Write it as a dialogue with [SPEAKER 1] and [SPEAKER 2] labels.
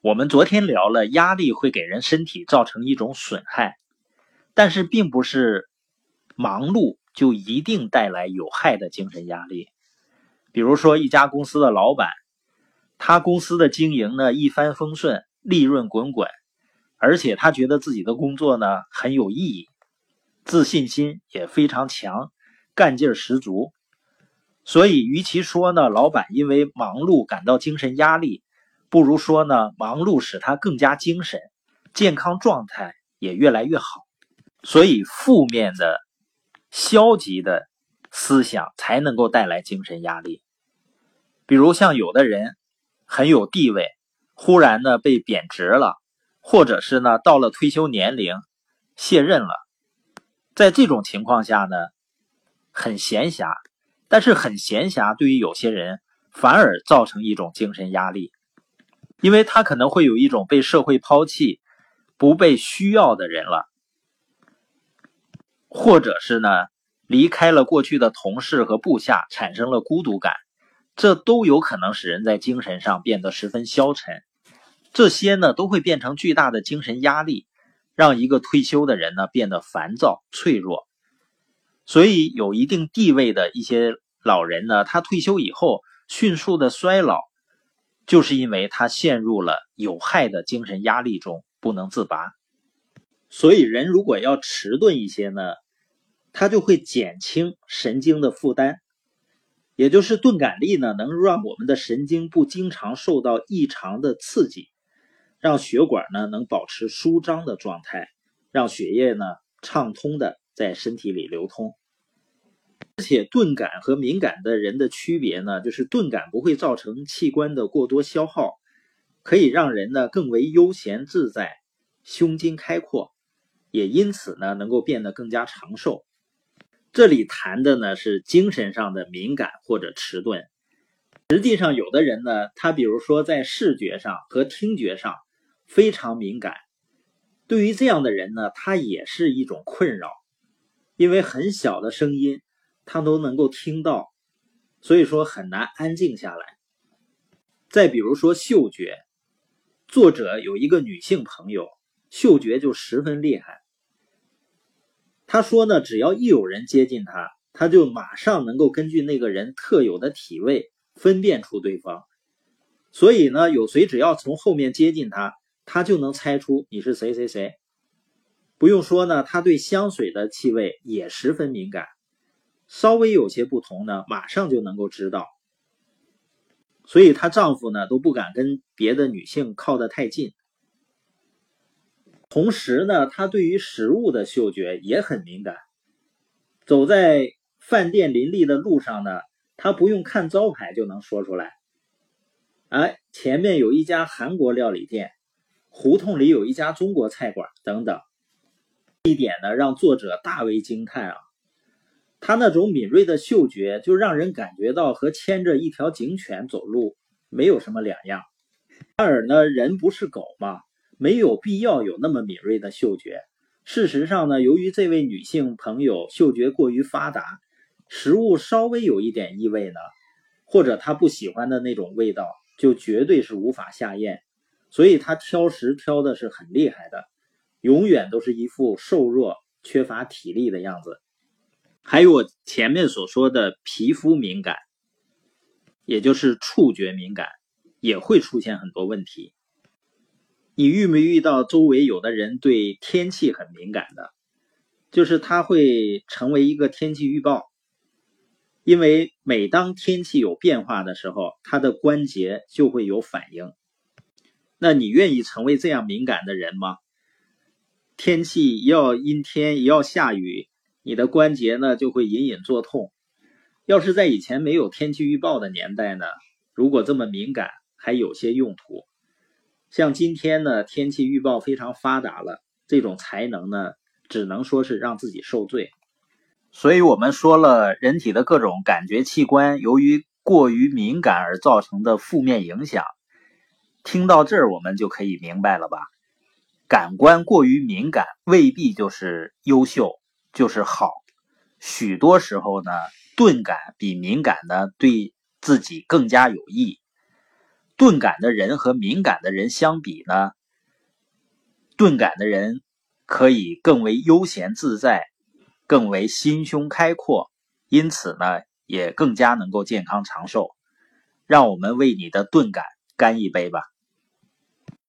[SPEAKER 1] 我们昨天聊了，压力会给人身体造成一种损害，但是并不是忙碌就一定带来有害的精神压力。比如说一家公司的老板，他公司的经营呢一帆风顺，利润滚滚，而且他觉得自己的工作呢很有意义，自信心也非常强，干劲十足。所以与其说呢老板因为忙碌感到精神压力，不如说呢忙碌使他更加精神，健康状态也越来越好。所以负面的消极的思想才能够带来精神压力。比如像有的人很有地位，忽然呢被贬值了，或者是呢到了退休年龄卸任了，在这种情况下呢很闲暇，但是很闲暇对于有些人反而造成一种精神压力，因为他可能会有一种被社会抛弃不被需要的人了，或者是呢离开了过去的同事和部下，产生了孤独感，这都有可能使人在精神上变得十分消沉。这些呢都会变成巨大的精神压力，让一个退休的人呢变得烦躁脆弱。所以有一定地位的一些老人呢，他退休以后迅速的衰老，就是因为他陷入了有害的精神压力中不能自拔。所以人如果要迟钝一些呢，他就会减轻神经的负担，也就是钝感力呢能让我们的神经不经常受到异常的刺激，让血管呢能保持舒张的状态，让血液呢畅通的在身体里流通。而且钝感和敏感的人的区别呢，就是钝感不会造成器官的过多消耗，可以让人呢更为悠闲自在，胸襟开阔，也因此呢能够变得更加长寿。这里谈的呢是精神上的敏感或者迟钝。实际上有的人呢，他比如说在视觉上和听觉上非常敏感，对于这样的人呢，他也是一种困扰，因为很小的声音他都能够听到，所以说很难安静下来。再比如说嗅觉，作者有一个女性朋友，嗅觉就十分厉害。他说呢，只要一有人接近他，他就马上能够根据那个人特有的体味分辨出对方。所以呢，有谁只要从后面接近他，他就能猜出你是谁谁谁。不用说呢，他对香水的气味也十分敏感，稍微有些不同呢，马上就能够知道。所以她丈夫呢都不敢跟别的女性靠得太近。同时呢，他对于食物的嗅觉也很敏感。走在饭店林立的路上呢，他不用看招牌就能说出来。前面有一家韩国料理店，胡同里有一家中国菜馆等等。这一点呢，让作者大为惊叹啊！他那种敏锐的嗅觉，就让人感觉到和牵着一条警犬走路没有什么两样。然而呢，人不是狗嘛，没有必要有那么敏锐的嗅觉。事实上呢，由于这位女性朋友嗅觉过于发达，食物稍微有一点异味呢，或者她不喜欢的那种味道，就绝对是无法下咽。所以她挑食挑的是很厉害的，永远都是一副瘦弱缺乏体力的样子。还有我前面所说的皮肤敏感，也就是触觉敏感，也会出现很多问题。你遇没遇到周围有的人对天气很敏感的，就是他会成为一个天气预报，因为每当天气有变化的时候，他的关节就会有反应。那你愿意成为这样敏感的人吗？天气一要阴天一要下雨，你的关节呢就会隐隐作痛。要是在以前没有天气预报的年代呢，如果这么敏感还有些用途。像今天呢，天气预报非常发达了，这种才能呢，只能说是让自己受罪。所以我们说了，人体的各种感觉器官由于过于敏感而造成的负面影响。听到这儿我们就可以明白了吧？感官过于敏感未必就是优秀，就是好。许多时候呢，钝感比敏感呢对自己更加有益。 钝感的人和敏感的人相比呢，钝感的人可以更为悠闲自在，更为心胸开阔，因此呢，也更加能够健康长寿。让我们为你的钝感干一杯吧。